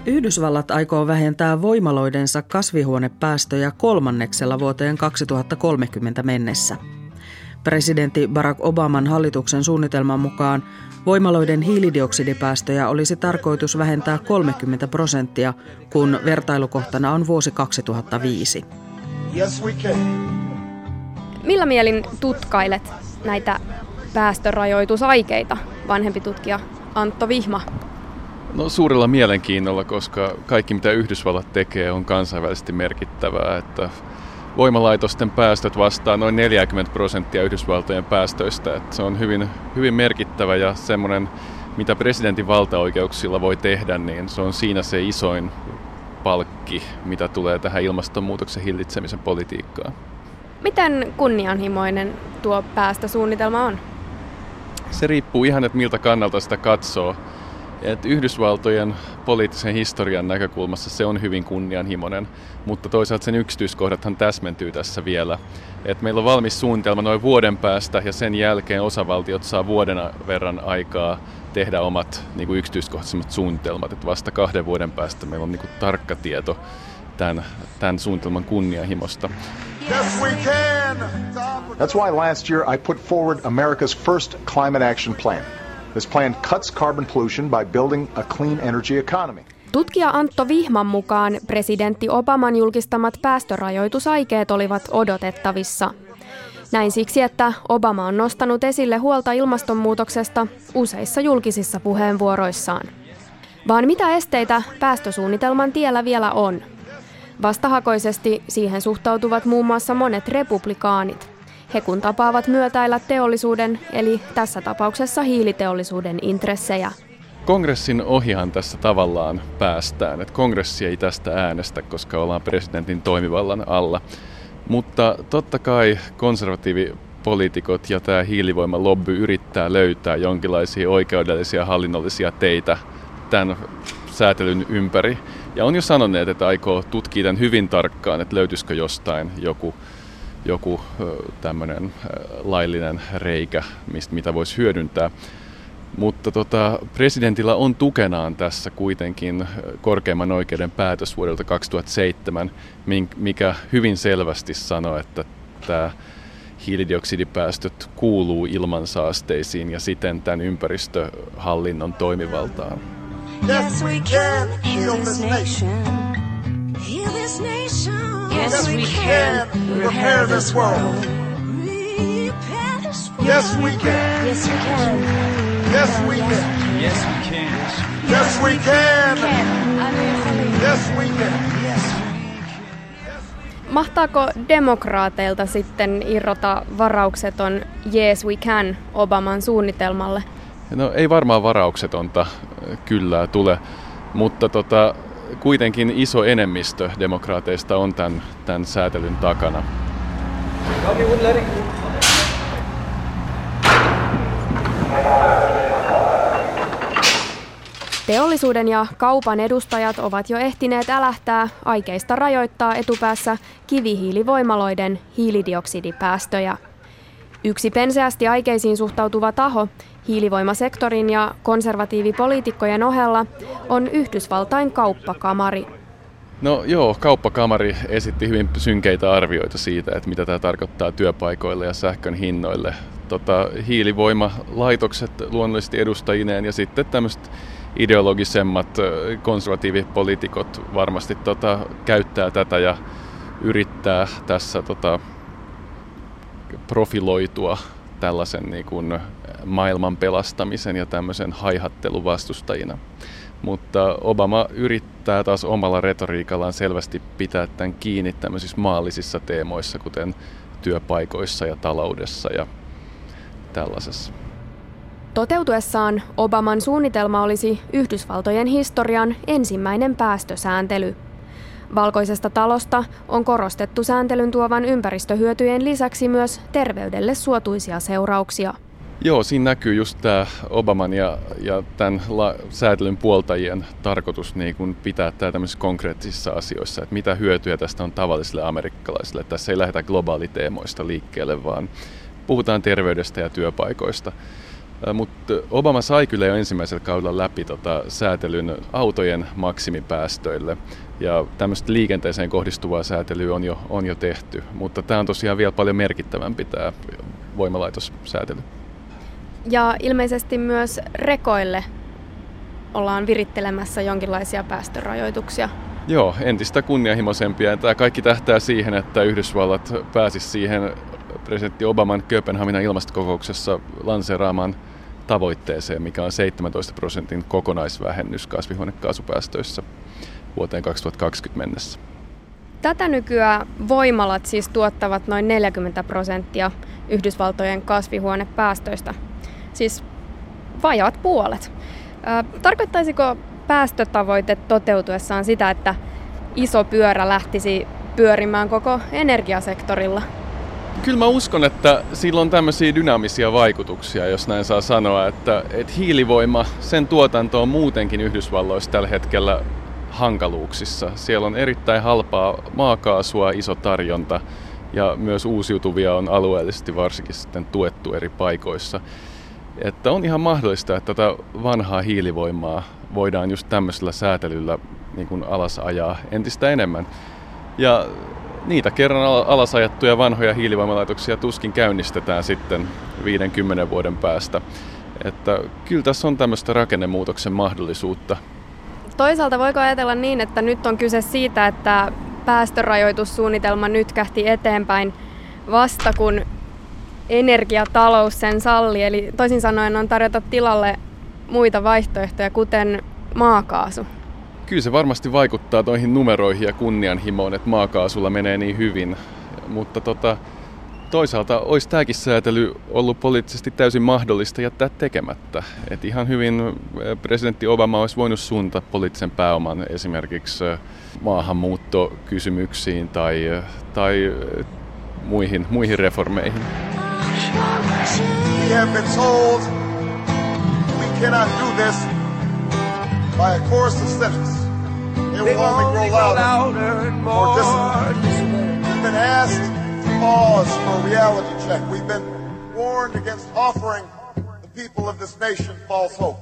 Yhdysvallat aikoo vähentää voimaloidensa kasvihuonepäästöjä 1/3 vuoteen 2030 mennessä. Presidentti Barack Obaman hallituksen suunnitelman mukaan voimaloiden hiilidioksidipäästöjä olisi tarkoitus vähentää 30%, kun vertailukohtana on vuosi 2005. Yes, we can. Millä mielin tutkailet näitä päästörajoitusaikeita, vanhempi tutkija Antto Vihma? No suurella mielenkiinnolla, koska kaikki mitä Yhdysvallat tekee on kansainvälisesti merkittävää, että voimalaitosten päästöt vastaa noin 40% Yhdysvaltojen päästöistä, että se on hyvin merkittävä ja semmoinen, mitä presidentin valtaoikeuksilla voi tehdä, niin se on siinä se isoin palkki, mitä tulee tähän ilmastonmuutoksen hillitsemisen politiikkaan. Miten kunnianhimoinen tuo päästösuunnitelma on? Se riippuu ihan, että miltä kannalta sitä katsoo. Että Yhdysvaltojen poliittisen historian näkökulmassa se on hyvin kunnianhimoinen, mutta toisaalta sen yksityiskohdathan täsmentyy tässä vielä. Et meillä on valmis suunnitelma noin vuoden päästä ja sen jälkeen osavaltiot saa vuoden verran aikaa tehdä omat yksityiskohtaisemmat suunnitelmat. Et vasta 2 vuoden päästä meillä on tarkka tieto tämän suunnitelman kunnianhimosta. Yes, we can. That's why last year I put forward America's first climate action plan. This plan cuts carbon pollution by building a clean energy economy. Tutkija Antto Vihman mukaan presidentti Obaman julkistamat päästörajoitusaikeet olivat odotettavissa. Näin siksi, että Obama on nostanut esille huolta ilmastonmuutoksesta useissa julkisissa puheenvuoroissaan. Vaan mitä esteitä päästösuunnitelman tiellä vielä on? Vastahakoisesti siihen suhtautuvat muun muassa monet republikaanit. He kun tapaavat myötäillä teollisuuden, eli tässä tapauksessa hiiliteollisuuden intressejä. Kongressin ohihan tässä tavallaan päästään, että kongressi ei tästä äänestä, koska ollaan presidentin toimivallan alla. Mutta totta kai konservatiivipoliitikot ja tämä hiilivoimalobby yrittää löytää jonkinlaisia oikeudellisia hallinnollisia teitä tämän säätelyn ympäri. Ja on jo sanoneet, että aikoo tutkia tämän hyvin tarkkaan, että löytyisikö jostain joku tämmöinen laillinen reikä, mitä voisi hyödyntää. Mutta presidentillä on tukenaan tässä kuitenkin korkeimman oikeuden päätös vuodelta 2007, mikä hyvin selvästi sanoo, että tämä hiilidioksidipäästöt kuuluu ilmansaasteisiin ja siten tämän ympäristöhallinnon toimivaltaan. Yes, we can heal this nation. Heal this nation. Yes, we can repair this world. Repair this world. Yes, we can. Yes, we can. Yes, we can. Yes, we can. Yes, we can. Yes, we can. Mahtaako demokraateilta sitten irrota varaukseton Yes we can Obaman suunnitelmalle? No ei varmaan varauksetonta kyllä tule, mutta kuitenkin iso enemmistö demokraateista on tämän säätelyn takana. Teollisuuden ja kaupan edustajat ovat jo ehtineet älähtää aikeista rajoittaa etupäässä kivihiilivoimaloiden hiilidioksidipäästöjä. Yksi penseästi aikeisiin suhtautuva taho hiilivoimasektorin ja konservatiivipoliitikkojen ohella on Yhdysvaltain kauppakamari. No joo, kauppakamari esitti hyvin synkeitä arvioita siitä, että mitä tämä tarkoittaa työpaikoille ja sähkön hinnoille. Hiilivoimalaitokset luonnollisesti edustajineen ja sitten tämmöiset ideologisemmat konservatiivipoliitikot varmasti käyttää tätä ja yrittää tässä profiloitua tällaisen niin kuin maailman pelastamisen ja tämmöisen haihattelun vastustajina. Mutta Obama yrittää taas omalla retoriikallaan selvästi pitää tämän kiinni tämmöisissä maallisissa teemoissa, kuten työpaikoissa ja taloudessa ja tällaisessa. Toteutuessaan Obaman suunnitelma olisi Yhdysvaltojen historian ensimmäinen päästösääntely. Valkoisesta talosta on korostettu sääntelyn tuovan ympäristöhyötyjen lisäksi myös terveydelle suotuisia seurauksia. Joo, siinä näkyy just tämä Obaman ja tämän säätelyn puoltajien tarkoitus niin kun pitää tämä tämmöisissä konkreettisissa asioissa, että mitä hyötyjä tästä on tavallisille amerikkalaisille. Tässä ei lähdetä globaaliteemoista liikkeelle, vaan puhutaan terveydestä ja työpaikoista. Mutta Obama sai kyllä jo ensimmäisellä kaudella läpi säätelyn autojen maksimipäästöille. Ja tämmöistä liikenteeseen kohdistuvaa säätelyä on jo tehty. Mutta tämä on tosiaan vielä paljon merkittävämpi tämä voimalaitossäätely. Ja ilmeisesti myös rekoille ollaan virittelemässä jonkinlaisia päästörajoituksia. Joo, entistä kunnianhimoisempia. Tämä kaikki tähtää siihen, että Yhdysvallat pääsisi siihen presidentti Obaman Kööpenhaminan ilmastokokouksessa lanseeraamaan tavoitteeseen, mikä on 17% kokonaisvähennys kasvihuonekaasupäästöissä vuoteen 2020 mennessä. Tätä nykyään voimalat siis tuottavat noin 40% Yhdysvaltojen kasvihuonepäästöistä, siis vajaat puolet. Tarkoittaisiko päästötavoite toteutuessaan sitä, että iso pyörä lähtisi pyörimään koko energiasektorilla? Kyllä mä uskon, että sillä on tämmöisiä dynaamisia vaikutuksia, jos näin saa sanoa, että hiilivoima, sen tuotanto on muutenkin Yhdysvalloissa tällä hetkellä hankaluuksissa. Siellä on erittäin halpaa maakaasua, iso tarjonta ja myös uusiutuvia on alueellisesti varsinkin sitten tuettu eri paikoissa. Että on ihan mahdollista, että tätä vanhaa hiilivoimaa voidaan just tämmöisellä säätelyllä niin kuin alasajaa entistä enemmän. Ja niitä kerran alasajattuja vanhoja hiilivoimalaitoksia tuskin käynnistetään sitten 50 vuoden päästä. Että kyllä tässä on tämmöistä rakennemuutoksen mahdollisuutta. Toisaalta voiko ajatella niin, että nyt on kyse siitä, että päästörajoitussuunnitelma nytkähti eteenpäin vasta kun energiatalous sen salli, eli toisin sanoen on tarjota tilalle muita vaihtoehtoja, kuten maakaasu? Kyllä se varmasti vaikuttaa noihin numeroihin ja kunnianhimoon, että maakaasulla menee niin hyvin, mutta toisaalta olisi tämäkin säätely ollut poliittisesti täysin mahdollista jättää tekemättä. Et ihan hyvin presidentti Obama olisi voinut suunnata poliittisen pääoman esimerkiksi maahanmuuttokysymyksiin tai muihin reformeihin. We have been told we cannot do this by a chorus of cynics. It will only grow louder and more disciplined. We've been asked to pause for a reality check. We've been warned against offering the people of this nation false hope.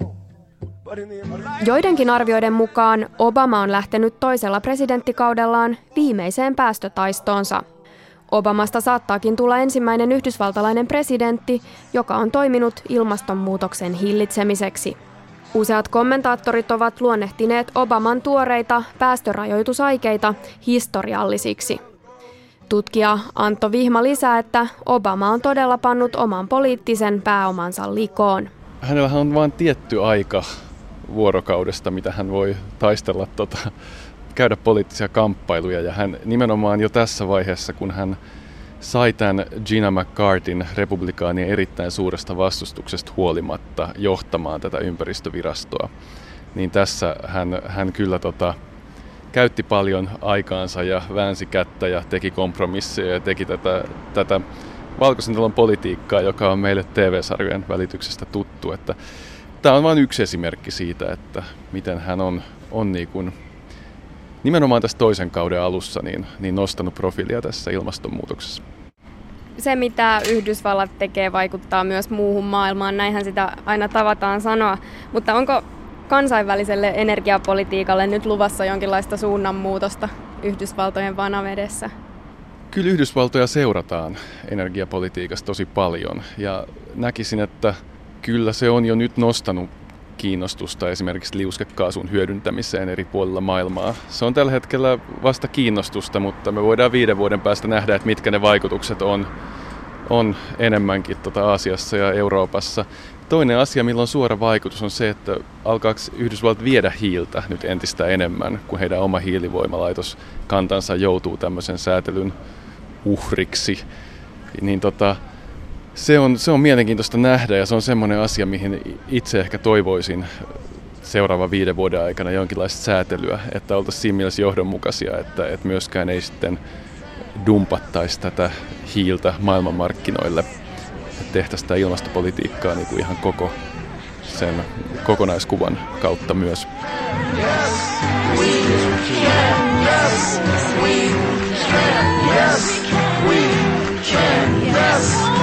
Joidenkin arvioiden mukaan Obama on lähtenyt toisella presidenttikaudellaan viimeiseen päästötaistoonsa. Obamasta saattaakin tulla ensimmäinen yhdysvaltalainen presidentti, joka on toiminut ilmastonmuutoksen hillitsemiseksi. Useat kommentaattorit ovat luonnehtineet Obaman tuoreita päästörajoitusaikeita historiallisiksi. Tutkija Antto Vihma lisää, että Obama on todella pannut oman poliittisen pääomansa likoon. Hänellähän on vain tietty aika vuorokaudesta, mitä hän voi taistella käydä poliittisia kamppailuja, ja hän nimenomaan jo tässä vaiheessa, kun hän sai tämän Gina McCarthyn republikaanien erittäin suuresta vastustuksesta huolimatta johtamaan tätä ympäristövirastoa, niin tässä hän kyllä käytti paljon aikaansa ja väänsi kättä ja teki kompromisseja ja teki tätä Valkoisen talon politiikkaa, joka on meille TV-sarjojen välityksestä tuttu. Että tämä on vain yksi esimerkki siitä, että miten hän on niin kuin nimenomaan tässä toisen kauden alussa niin nostanut profiilia tässä ilmastonmuutoksessa. Se, mitä Yhdysvallat tekee, vaikuttaa myös muuhun maailmaan. Näinhän sitä aina tavataan sanoa. Mutta onko kansainväliselle energiapolitiikalle nyt luvassa jonkinlaista suunnanmuutosta Yhdysvaltojen vanavedessä? Kyllä Yhdysvaltoja seurataan energiapolitiikassa tosi paljon. Ja näkisin, että kyllä se on jo nyt nostanut kiinnostusta esimerkiksi liuskekaasun hyödyntämiseen eri puolilla maailmaa. Se on tällä hetkellä vasta kiinnostusta, mutta me voidaan 5 vuoden päästä nähdä, että mitkä ne vaikutukset on enemmänkin Aasiassa ja Euroopassa. Toinen asia, millä on suora vaikutus, on se, että alkaako Yhdysvallat viedä hiiltä nyt entistä enemmän, kun heidän oma hiilivoimalaitos kantansa joutuu tämmöisen säätelyn uhriksi. Niin se on mielenkiintoista nähdä, ja se on semmoinen asia, mihin itse ehkä toivoisin seuraavan 5 vuoden aikana jonkinlaista säätelyä, että oltaisiin siinä mielessä johdonmukaisia, että myöskään ei sitten dumpattaisi tätä hiiltä maailmanmarkkinoille, että tehtäisiin sitä ilmastopolitiikkaa niin kuin ihan koko sen kokonaiskuvan kautta myös. Yes, we can. Yes, we can. Yes, we can. Yes.